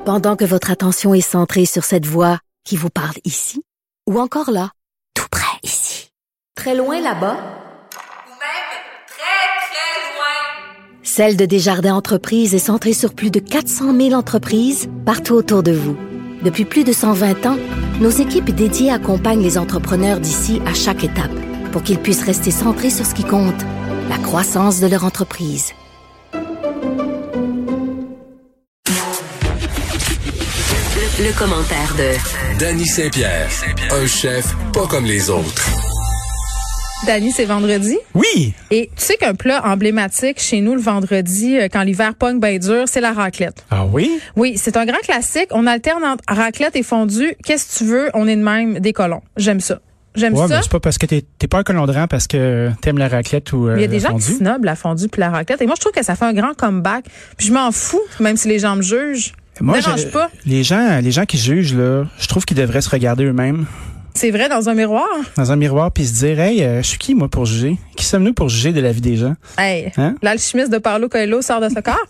Pendant que votre attention est centrée sur cette voix qui vous parle ici, ou encore là, tout près ici, très loin là-bas, ou même très, très loin. Celle de Desjardins Entreprises est centrée sur plus de 400 000 entreprises partout autour de vous. Depuis plus de 120 ans, nos équipes dédiées accompagnent les entrepreneurs d'ici à chaque étape pour qu'ils puissent rester centrés sur ce qui compte, la croissance de leur entreprise. Le commentaire de Dany Saint-Pierre, un chef pas comme les autres. Dany, c'est vendredi. Oui. Et tu sais qu'un plat emblématique chez nous le vendredi, quand l'hiver pogne bien dur, c'est la raclette. Ah oui? Oui, c'est un grand classique. On alterne entre raclette et fondue. Qu'est-ce que tu veux? On est de même des colons. J'aime ça. J'aime ouais, ça. Mais c'est pas parce que t'es pas un colon de rang parce que t'aimes la raclette ou il y a des gens fondue. qui snobent la fondue puis la raclette. Et moi, je trouve que ça fait un grand comeback. Puis je m'en fous, même si les gens me jugent. Moi, dérange pas. Les gens qui jugent, là, je trouve qu'ils devraient se regarder eux-mêmes. C'est vrai, dans un miroir? Dans un miroir, puis se dire, hey, je suis qui, moi, pour juger? Qui sommes-nous pour juger de la vie des gens? Hey, hein? L'alchimiste de Paulo Coelho sort de ce corps.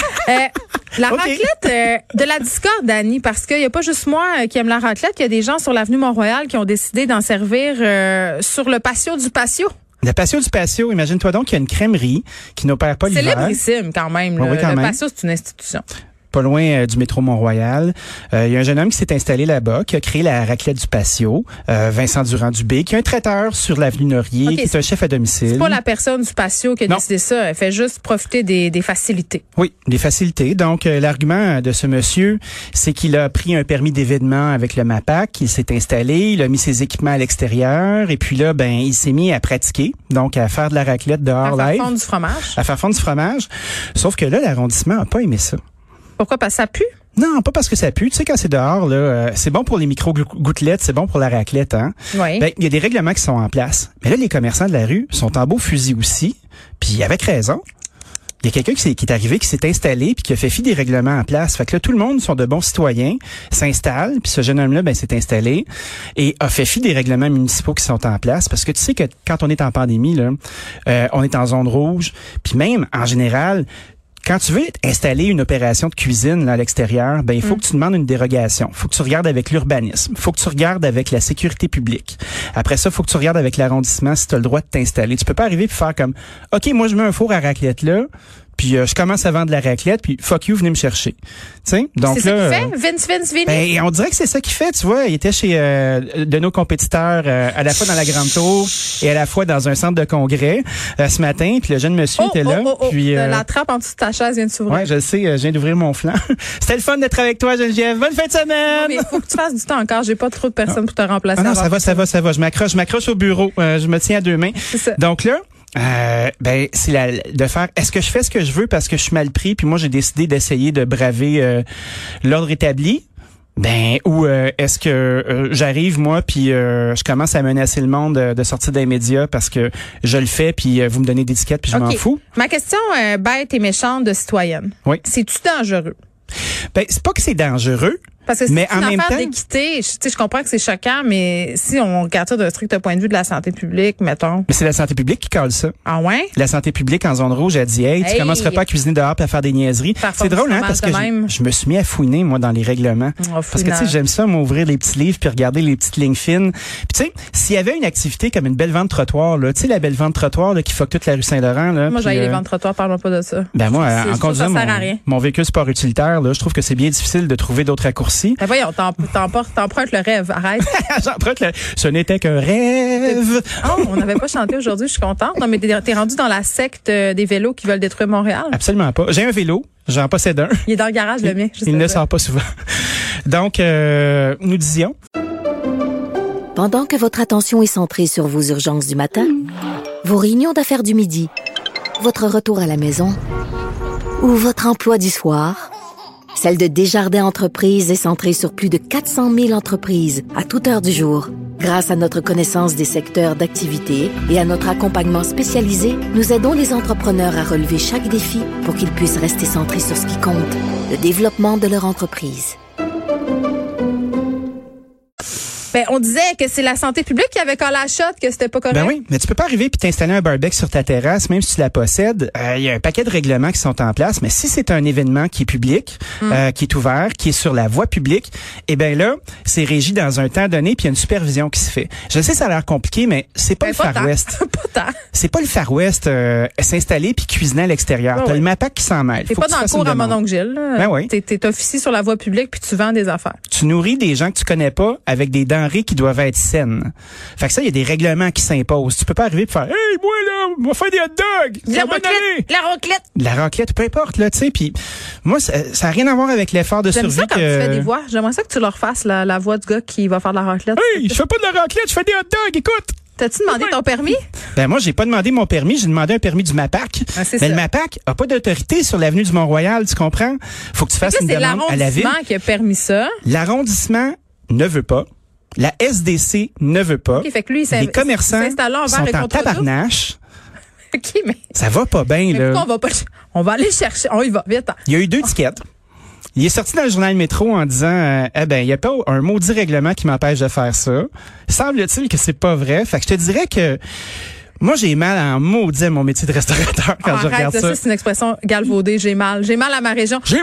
La raclette, de la discorde, Dany, parce qu'il n'y a pas juste moi qui aime la raclette, il y a des gens sur l'avenue Mont-Royal qui ont décidé d'en servir sur le patio du patio. Le patio du patio, imagine-toi donc qu'il y a une crèmerie qui n'opère pas l'hiver. Célébrissime quand même. Oui, quand le même. patio, c'est une institution. Pas loin du métro Mont-Royal. Il y a un jeune homme qui s'est installé là-bas, qui a créé la raclette du patio, Vincent Durand-Dubé, qui est un traiteur sur l'avenue Laurier, qui est un chef à domicile. C'est pas la personne du patio qui a décidé ça. Elle fait juste profiter des facilités. Oui, des facilités. Donc, l'argument de ce monsieur, c'est qu'il a pris un permis d'événement avec le MAPAC, il s'est installé, il a mis ses équipements à l'extérieur, et puis là, il s'est mis à pratiquer, donc à faire de la raclette dehors live. À faire fondre du fromage. À faire fondre du fromage. Sauf que là, l'arrondissement a pas aimé ça. Pourquoi? Parce que ça pue? Non, pas parce que ça pue. Tu sais, quand c'est dehors, là, c'est bon pour les micro-gouttelettes, c'est bon pour la raclette, hein? Oui. Il y a des règlements qui sont en place. Mais là, les commerçants de la rue sont en beau fusil aussi. Puis avec raison. Il y a quelqu'un qui est arrivé, qui s'est installé, puis qui a fait fi des règlements en place. Fait que là, tout le monde sont de bons citoyens, s'installe, puis ce jeune homme-là, s'est installé et a fait fi des règlements municipaux qui sont en place. Parce que tu sais que quand on est en pandémie, là, on est en zone rouge, puis même, en général, quand tu veux installer une opération de cuisine là, à l'extérieur, il faut que tu demandes une dérogation. Il faut que tu regardes avec l'urbanisme. Il faut que tu regardes avec la sécurité publique. Après ça, il faut que tu regardes avec l'arrondissement si tu as le droit de t'installer. Tu peux pas arriver et faire comme, OK, moi je mets un four à raclette là, puis je commence à vendre de la raclette, puis fuck you, venez me chercher. T'sais? Donc c'est là, ça qu'il fait? Vince Vini? On dirait que c'est ça qu'il fait, tu vois. Il était chez de nos compétiteurs à la fois dans la Grande Tour et à la fois dans un centre de congrès ce matin, puis le jeune monsieur était là. Puis la trappe en dessous de ta chaise vient de s'ouvrir. Ouais, je le sais, je viens d'ouvrir mon flanc. C'était le fun d'être avec toi, Geneviève. Bonne fin de semaine! Mais il faut que tu fasses du temps encore. J'ai pas trop de personnes pour te remplacer. Ah non, ça va. Je m'accroche au bureau. Je me tiens à deux mains. C'est ça. Donc là, c'est de faire, est-ce que je fais ce que je veux parce que je suis mal pris, puis moi j'ai décidé d'essayer de braver l'ordre établi? Ou est-ce que j'arrive moi puis je commence à menacer le monde de sortir des médias parce que je le fais puis vous me donnez des étiquettes puis je m'en fous? Ma question bête et méchante de citoyenne. Oui. C'est-tu dangereux? C'est pas que c'est dangereux. Parce que c'est mais une en même affaire temps, d'équité. Je comprends que c'est choquant, mais si on regarde ça d'un strict point de vue de la santé publique, mettons. Mais c'est la santé publique qui colle ça. Ah ouais? La santé publique en zone rouge a dit, tu commenceras pas à cuisiner dehors puis à faire des niaiseries. C'est drôle, hein, parce que je me suis mis à fouiner, moi, dans les règlements. Parce que, tu sais, j'aime ça, m'ouvrir les petits livres puis regarder les petites lignes fines. Puis, tu sais, s'il y avait une activité comme une belle vente trottoir, là, tu sais, la belle vente trottoir, là, qui fuck toute la rue Saint-Laurent, là. Moi, j'ai les ventes trottoirs, parlons pas de ça. Moi, en conduisant mon véhicule sport utilitaire, là, je trouve que c'est bien difficile de trouver d'autres raccourcis. Voyons, t'empruntes le rêve, arrête. J'emprunte ce n'était qu'un rêve. Oh, on n'avait pas chanté aujourd'hui, je suis contente. Non, mais t'es rendu dans la secte des vélos qui veulent détruire Montréal? Absolument pas. J'ai un vélo, j'en possède un. Il est dans le garage, le mien. Il ne sort pas souvent. Donc, nous disions. Pendant que votre attention est centrée sur vos urgences du matin, vos réunions d'affaires du midi, votre retour à la maison ou votre emploi du soir, celle de Desjardins Entreprises est centrée sur plus de 400 000 entreprises à toute heure du jour. Grâce à notre connaissance des secteurs d'activité et à notre accompagnement spécialisé, nous aidons les entrepreneurs à relever chaque défi pour qu'ils puissent rester centrés sur ce qui compte, le développement de leur entreprise. Ben, on disait que c'est la santé publique qui avait collé la shot, que c'était pas correct. Ben oui, mais tu peux pas arriver puis t'installer un barbecue sur ta terrasse, même si tu la possèdes. Il y a un paquet de règlements qui sont en place, mais si c'est un événement qui est public, qui est ouvert, qui est sur la voie publique, eh ben là, c'est régi dans un temps donné puis il y a une supervision qui se fait. Je sais, ça a l'air compliqué, mais c'est pas le Far West. Pas tant. C'est pas le Far West s'installer puis cuisiner à l'extérieur. T'as le MAPAC qui s'en mêle. T'es pas dans le cours à mon oncle Gilles. Ben oui. T'es officier sur la voie publique puis tu vends des affaires. Tu nourris des gens que tu connais pas avec des denrées qui doivent être saines. Fait que ça, il y a des règlements qui s'imposent. Tu peux pas arriver et faire, hey, moi là, on va faire des hot dogs. La raclette, peu importe là, tu sais. Puis moi, ça a rien à voir avec l'effort de survie. J'aime ça quand tu fais des voix. J'aimerais ça que tu leur fasses la voix du gars qui va faire de la raclette. Hey, je fais pas de la raclette, je fais des hot dogs. Écoute. T'as-tu demandé ton permis? Ben moi, j'ai pas demandé mon permis, j'ai demandé un permis du MAPAC. Mais le MAPAC a pas d'autorité sur l'avenue du Mont-Royal, tu comprends? Faut que tu fasses une demande à la ville. C'est l'arrondissement qui a permis ça. L'arrondissement ne veut pas. La SDC ne veut pas. Okay, fait que lui, les commerçants sont en tabarnache. OK, mais ça va pas bien là. On va aller chercher, on y va vite. Il y a eu 2 tickets. Il est sorti dans le journal Métro en disant il y a pas un maudit règlement qui m'empêche de faire ça. Semble-t-il que c'est pas vrai. Fait que je te dirais que moi, j'ai mal à en maudire mon métier de restaurateur quand je regarde ça. C'est une expression galvaudée. J'ai mal à ma région. J'ai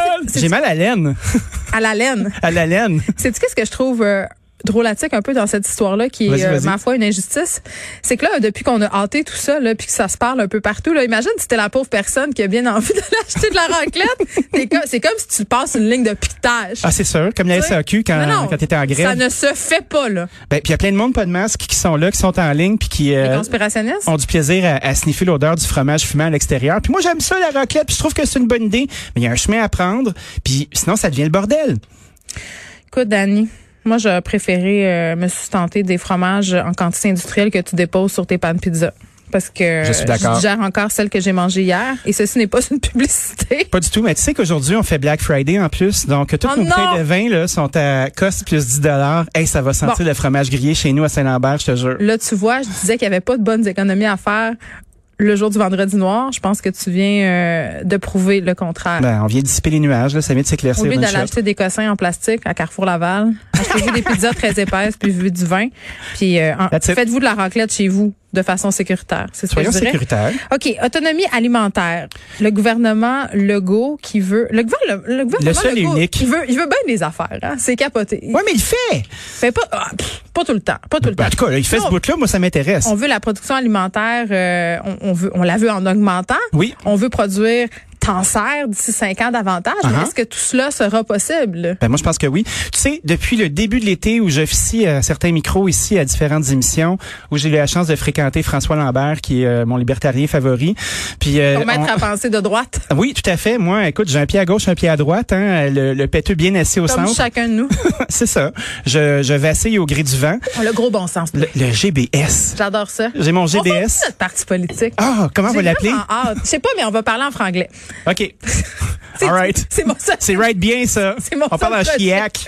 mal à l'aine. À la laine. À la laine. Sais-tu qu'est-ce que je trouve drôlatique un peu dans cette histoire-là qui est, ma foi, une injustice? C'est que là, depuis qu'on a hâté tout ça, là, puis que ça se parle un peu partout, là, imagine si t'es la pauvre personne qui a bien envie d'aller acheter de la raclette. C'est comme si tu passes une ligne de piquetage. Ah, c'est sûr. Comme la SAQ quand t'étais en grève. Ça ne se fait pas, là. Ben, puis il y a plein de monde pas de masque qui sont là, qui sont en ligne, puis qui les conspirationnistes ont du plaisir à sniffer l'odeur du fromage fumant à l'extérieur. Puis moi, j'aime ça, la raclette, puis je trouve que c'est une bonne idée. Mais il y a un chemin à prendre, puis sinon, ça devient le bordel. Écoute, Dani, moi, j'aurais préféré me sustenter des fromages en quantité industrielle que tu déposes sur tes pains de pizza. Parce que je digère encore celle que j'ai mangée hier. Et ceci n'est pas une publicité. Pas du tout. Mais tu sais qu'aujourd'hui, on fait Black Friday en plus. Donc, toutes nos bouteilles de vin là, sont à cost plus 10 $. Hey, ça va sentir le fromage grillé chez nous à Saint-Lambert, je te jure. Là, tu vois, je disais qu'il n'y avait pas de bonnes économies à faire le jour du vendredi noir. Je pense que tu viens de prouver le contraire. Ben, on vient dissiper les nuages, là, ça vient de s'éclaircir. Au lieu d'aller acheter des cossins en plastique à Carrefour Laval, achetez-vous des pizzas très épaisses, puis buvez du vin, puis faites-vous de la raclette chez vous de façon sécuritaire. C'est ce que je dirais. Sécuritaire. OK, autonomie alimentaire. Le gouvernement Legault qui veut le gouvernement le seul Legault, unique. il veut bien des affaires, hein, c'est capoté. Ouais, mais il fait. Fait pas tout le temps, pas tout le temps. En tout cas, là, il fait ce bout-là, moi ça m'intéresse. On veut la production alimentaire, on la veut en augmentant. Oui. On veut produire t'en sers d'ici 5 ans davantage. Mais est-ce que tout cela sera possible? Ben moi, je pense que oui. Tu sais, depuis le début de l'été où j'officie à certains micros ici à différentes émissions, où j'ai eu la chance de fréquenter François Lambert, qui est mon libertarien favori. Puis ton maître à penser de droite. Oui, tout à fait. Moi, écoute, j'ai un pied à gauche, un pied à droite, hein, le péteux bien assis au centre. Comme chacun de nous. C'est ça. Je vacille au gré du vent. Le gros bon sens. Le GBS. J'adore ça. J'ai mon GBS. On va notre parti politique. Ah, comment on va l'appeler? Je sais pas, mais on va parler en franglais. OK. All right. C'est mon seul. C'est right bien, ça. C'est mon on parle en chiac.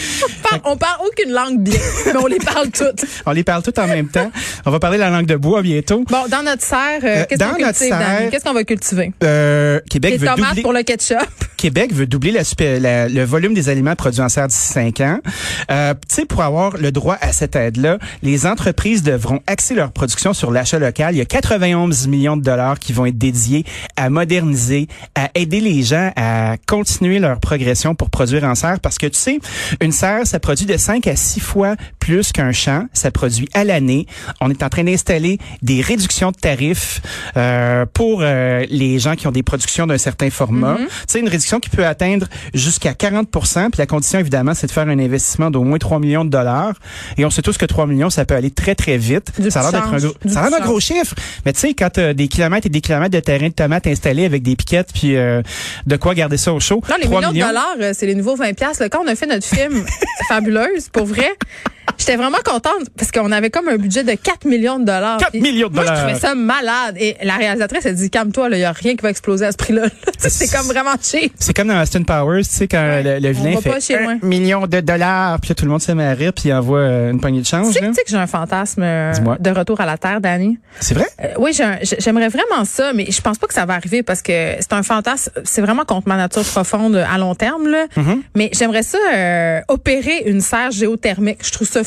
On parle aucune langue bien, mais on les parle toutes. On les parle toutes en même temps. On va parler la langue de bois bientôt. Bon, dans notre serre, qu'est-ce qu'on cultive, Dani? Qu'est-ce qu'on va cultiver? Québec veut tomates doubler pour le ketchup. Québec veut doubler le volume des aliments produits en serre d'ici 5 ans. Tu sais, pour avoir le droit à cette aide-là, les entreprises devront axer leur production sur l'achat local. Il y a 91 millions de dollars qui vont être dédiés à moderniser, à aider les gens à continuer leur progression pour produire en serre. Parce que tu sais, une serre, ça produit de 5 à 6 fois plus qu'un champ. Ça produit à l'année. On est en train d'installer des réductions de tarifs pour les gens qui ont des productions d'un certain format. Tu sais, une réduction qui peut atteindre jusqu'à 40%. Puis la condition, évidemment, c'est de faire un investissement d'au moins 3 millions de dollars. Et on sait tous que 3 millions, ça peut aller très, très vite. Ça a l'air d'être un gros chiffre. Mais tu sais, quand tu as des kilomètres et des kilomètres de terrain de tomates installés avec des piquettes, puis de quoi garder ça au chaud. Non, les millions de dollars, c'est les nouveaux 20$. Là, quand on a fait notre film Fabuleuse, pour vrai, j'étais vraiment contente parce qu'on avait comme un budget de 4 millions de dollars. 4 millions de dollars. Moi, je trouvais ça malade. Et la réalisatrice, elle dit, calme-toi, il y a rien qui va exploser à ce prix-là. C'est comme vraiment cheap. C'est comme dans Austin Powers, tu sais, quand le vilain fait 1 million de dollars, puis là, tout le monde se met à rire, puis il envoie une poignée de change. Tu sais que j'ai un fantasme de retour à la Terre, Dani? C'est vrai? Oui, j'aimerais vraiment ça, mais je pense pas que ça va arriver parce que c'est un fantasme, c'est vraiment contre ma nature profonde à long terme, là. Mais j'aimerais ça opérer une serre géothermique. Je trouve ça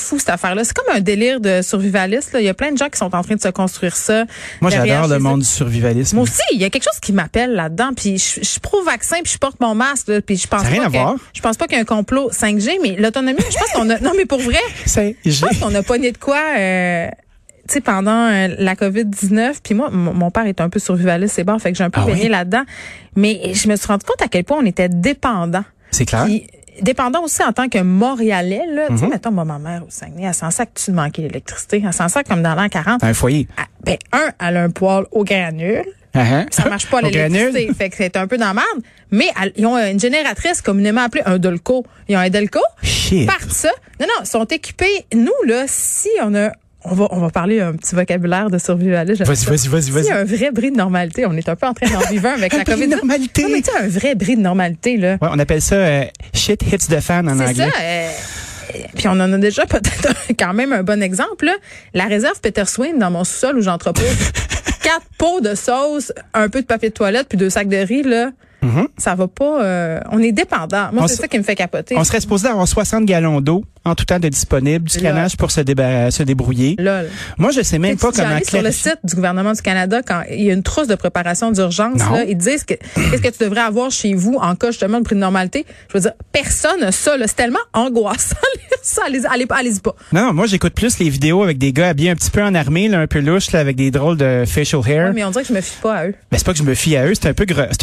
fou, cette affaire-là. C'est comme un délire de survivaliste, là. Il y a plein de gens qui sont en train de se construire ça. Moi, j'adore le monde du survivalisme. Moi aussi, il y a quelque chose qui m'appelle là-dedans. Puis je suis pro-vaccin, puis je porte mon masque, là, puis je pense je pense pas qu'il y a un complot 5G, mais l'autonomie, je pense qu'on a... Non, mais pour vrai, je pense qu'on a pogné de quoi... tu sais, pendant la COVID-19, puis moi, mon père est un peu survivaliste, c'est bon, fait que j'ai un peu baigné là-dedans. Mais je me suis rendu compte à quel point on était dépendants. C'est clair. Puis, dépendant aussi en tant que Montréalais, là. Tu sais, mettons, moi, ma mère au Saguenay, elle s'en sert que tu manquais d'électricité. Elle s'en sert comme dans l'an 40. Un foyer. Elle a un poêle au granule. Ça marche pas l'électricité. Fait que c'est un peu dans la merde. Mais ils ont une génératrice communément appelée un Delco. Ils ont un Delco. Par ça. Non, ils sont équipés. Nous, là, si on a... On va parler un petit vocabulaire de survivaliste. Vas-y. Il y a un vrai bris de normalité. On est un peu en train d'en vivre avec la COVID. Normalité. Non, mais tu sais, un vrai bris de normalité, là. Ouais, on appelle ça shit hits the fan en anglais. C'est ça. Puis on en a déjà peut-être quand même un bon exemple, là. La réserve Peter Swain dans mon sous-sol où j'entrepose 4 pots de sauce, un peu de papier de toilette puis 2 sacs de riz, là. Ça va pas... on est dépendant. Moi, c'est ça qui me fait capoter. On serait supposé avoir 60 gallons d'eau en tout temps de disponible, du canage pour se débrouiller. Lol. Moi, je sais même pas comment... Sur le site du gouvernement du Canada, quand il y a une trousse de préparation d'urgence, là, ils disent qu'est-ce que tu devrais avoir chez vous en cas justement de prix de normalité. Je veux dire, personne n'a ça. Là. C'est tellement angoissant. Ça, allez-y pas. Non, moi, j'écoute plus les vidéos avec des gars habillés un petit peu en armée, là, un peu louches, là, avec des drôles de facial hair. Ouais, mais on dirait que je me fie pas à eux. Ben, c'est pas que je me fie à eux, c'est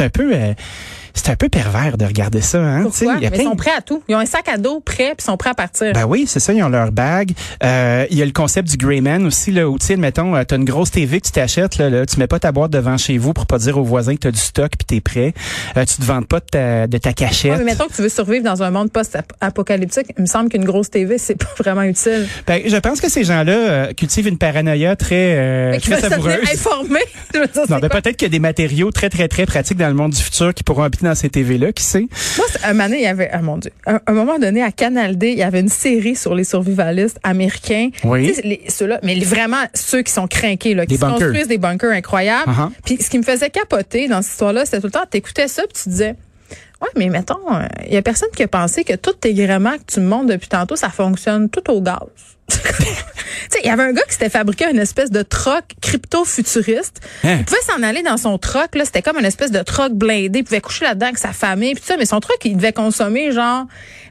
un peu pervers de regarder ça, hein. Pourquoi? Mais ils sont prêts à tout. Ils ont un sac à dos prêt puis sont prêts à partir. Ben oui, c'est ça, ils ont leur bag. Il y a le concept du Greyman aussi, là, où tu sais, mettons, t'as une grosse TV que tu t'achètes, là, tu mets pas ta boîte devant chez vous pour pas dire aux voisins que t'as du stock puis t'es prêt. Tu te vantes pas de ta cachette. Ouais, mais mettons que tu veux survivre dans un monde post-apocalyptique, il me semble qu'une grosse TV, c'est pas vraiment utile. Ben, je pense que ces gens-là cultivent une paranoïa très savoureuse. Informés. Non, ben peut-être qu'il y a des matériaux très, très, très pratiques dans le monde du futur qui pourront habiter dans ces TV-là, qui sait? Moi, un moment donné, il y avait, mon Dieu, un moment donné, à Canal D, il y avait une série sur les survivalistes américains. Oui. Tu sais, ceux-là, mais vraiment ceux qui sont crinqués, là, qui se construisent des bunkers incroyables. Puis ce qui me faisait capoter dans cette histoire-là, c'était tout le temps, t'écoutais ça, puis tu disais, ouais, mais mettons, il y a personne qui a pensé que tous tes gréements que tu me montres depuis tantôt, ça fonctionne tout au gaz. Tu sais, il y avait un gars qui s'était fabriqué une espèce de troc crypto-futuriste. Il pouvait s'en aller dans son troc, là. C'était comme une espèce de troc blindé. Il pouvait coucher là-dedans avec sa famille, puis tout ça. Mais son troc, il devait consommer, genre,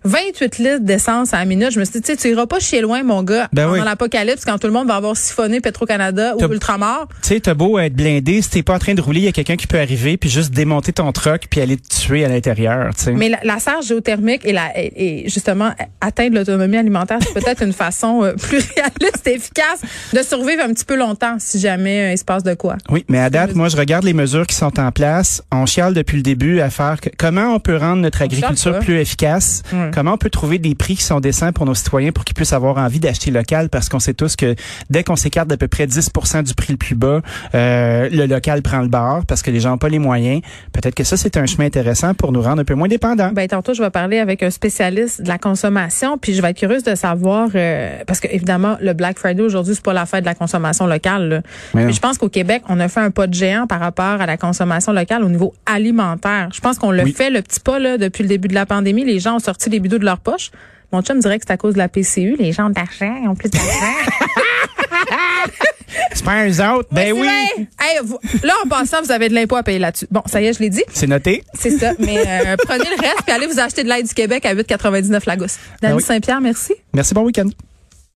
28 litres d'essence à la minute. Je me suis dit, tu iras pas chier loin, mon gars, pendant l'apocalypse, quand tout le monde va avoir siphonné Petro-Canada ou Ultramar. Tu sais, t'as beau être blindé, si t'es pas en train de rouler, il y a quelqu'un qui peut arriver, puis juste démonter ton troc, puis aller te tuer à l'intérieur, tu sais. Mais la serre géothermique et justement, atteindre l'autonomie alimentaire, c'est peut-être une façon plus réaliste et efficace de survivre un petit peu longtemps si jamais il se passe de quoi. Oui, mais à date, moi, je regarde les mesures qui sont en place. On chiale depuis le début à faire comment on peut rendre notre agriculture plus efficace, comment on peut trouver des prix qui sont décents pour nos citoyens pour qu'ils puissent avoir envie d'acheter local, parce qu'on sait tous que dès qu'on s'écarte d'à peu près 10% du prix le plus bas, le local prend le bord parce que les gens n'ont pas les moyens. Peut-être que ça, c'est un chemin intéressant pour nous rendre un peu moins dépendants. Ben, tantôt, je vais parler avec un spécialiste de la consommation, puis je vais être curieuse de savoir, parce que évidemment, le Black Friday aujourd'hui, c'est pas la fête de la consommation locale, là. Mais je pense qu'au Québec, on a fait un pas de géant par rapport à la consommation locale au niveau alimentaire. Je pense qu'on l'a fait, le petit pas, là, depuis le début de la pandémie. Les gens ont sorti les bidoux de leur poche. Mon chum dirait que c'est à cause de la PCU. Les gens ont d'argent, ils ont plus d'argent. C'est pas eux autres. Ben oui. Hey, là, en passant, vous avez de l'impôt à payer là-dessus. Bon, ça y est, je l'ai dit. C'est noté. C'est ça. Mais prenez le reste puis allez vous acheter de l'ail du Québec à 8,99 la gousse. Dany Saint-Pierre, merci. Merci, bon week-end.